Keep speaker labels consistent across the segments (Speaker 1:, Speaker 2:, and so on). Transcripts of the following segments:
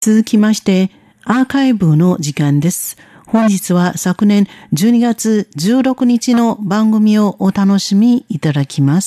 Speaker 1: 続きましてアーカイブの時間です。本日は昨年12月16日の番組をお楽しみいただきます。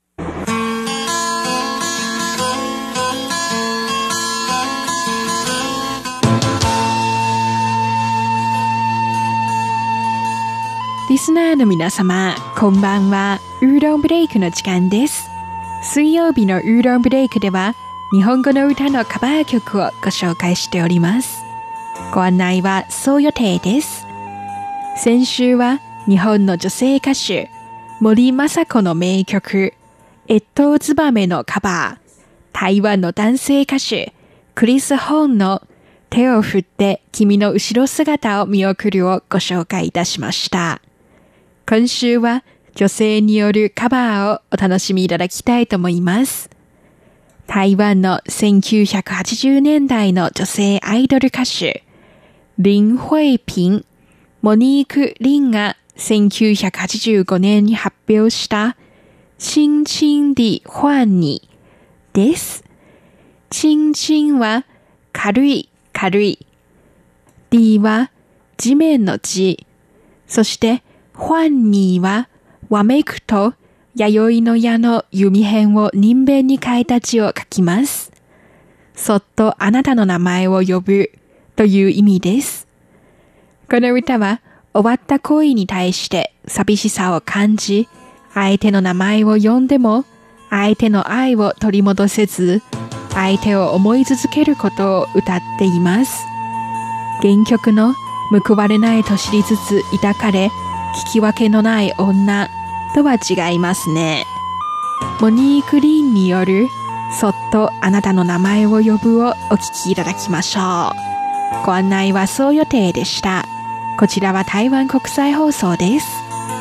Speaker 2: リスナーの皆様、こんばんは。ウーロンブレイクの時間です。水曜日のウーロンブレイクでは日本語の歌のカバー曲をご紹介しております。ご案内はそう予定です。先週は日本の女性歌手森昌子の名曲越冬ツバメのカバー、台湾の男性歌手クリス・ホーンの手を振って君の後ろ姿を見送るをご紹介いたしました。今週は女性によるカバーをお楽しみいただきたいと思います。台湾の1980年代の女性アイドル歌手林慧萍、モニーク・リンが1985年に発表した轻轻地唤你です。轻々は軽い軽い、地は地面の地、そして喚你はわめくと弥生の矢の弓辺を人弁に変えた字を書きます。そっとあなたの名前を呼ぶという意味です。この歌は終わった恋に対して寂しさを感じ、相手の名前を呼んでも相手の愛を取り戻せず、相手を思い続けることを歌っています。原曲の報われないと知りつつ抱かれ、聞き分けのない女とは違いますね。モニーク・リンによるそっとあなたの名前を呼ぶをお聞きいただきましょう。ご案内はそう予定でした。こちらは台湾国際放送です。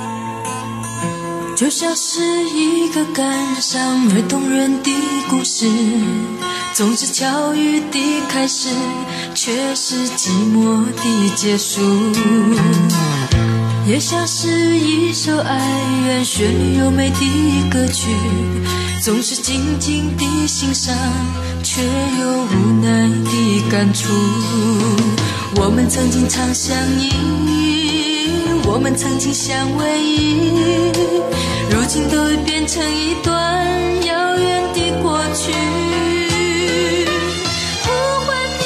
Speaker 3: 就像是一个感伤而动人的故事，总是巧遇的开始，却是寂寞的结束。也像是一首哀怨旋律优美的歌曲，总是静静地欣赏，却又无奈地感触。我们曾经常相依，我们曾经相偎依，如今都已变成一段遥远的过去。呼唤你，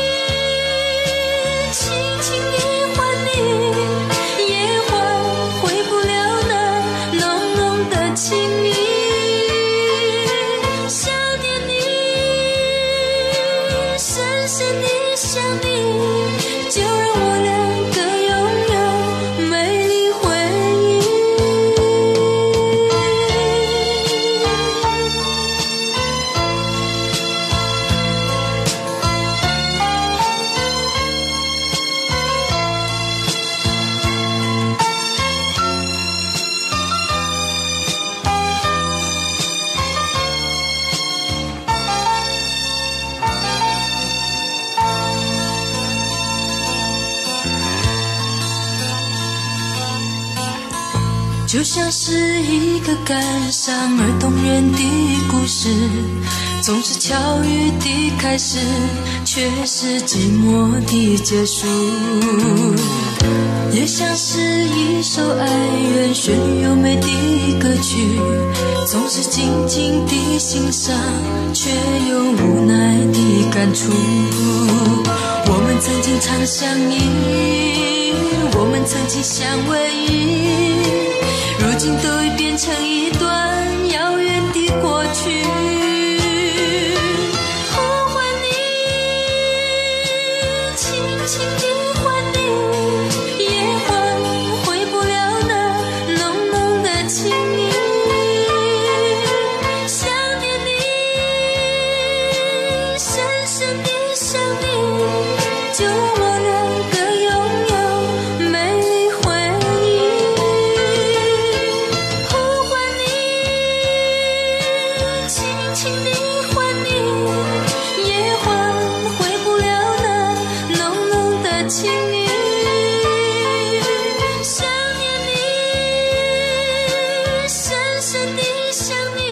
Speaker 3: 轻轻地唤你，也换回不了那浓浓的情意。想念你，深深地想你，就让我两个拥有美丽回忆。就像是一个感伤而动人的故事，总是巧遇的开始，却是寂寞的结束。也像是一首哀怨旋律优美的歌曲，总是静静地欣赏，却又无奈地感触。我们曾经常相依，我们曾经相偎依，如今都已变成一段遥远的过去。呼唤你，轻轻地唤你，也换回不了那浓浓的情意。想念你，深深地想你，就让我两个拥有美丽回忆。呼唤你，轻轻地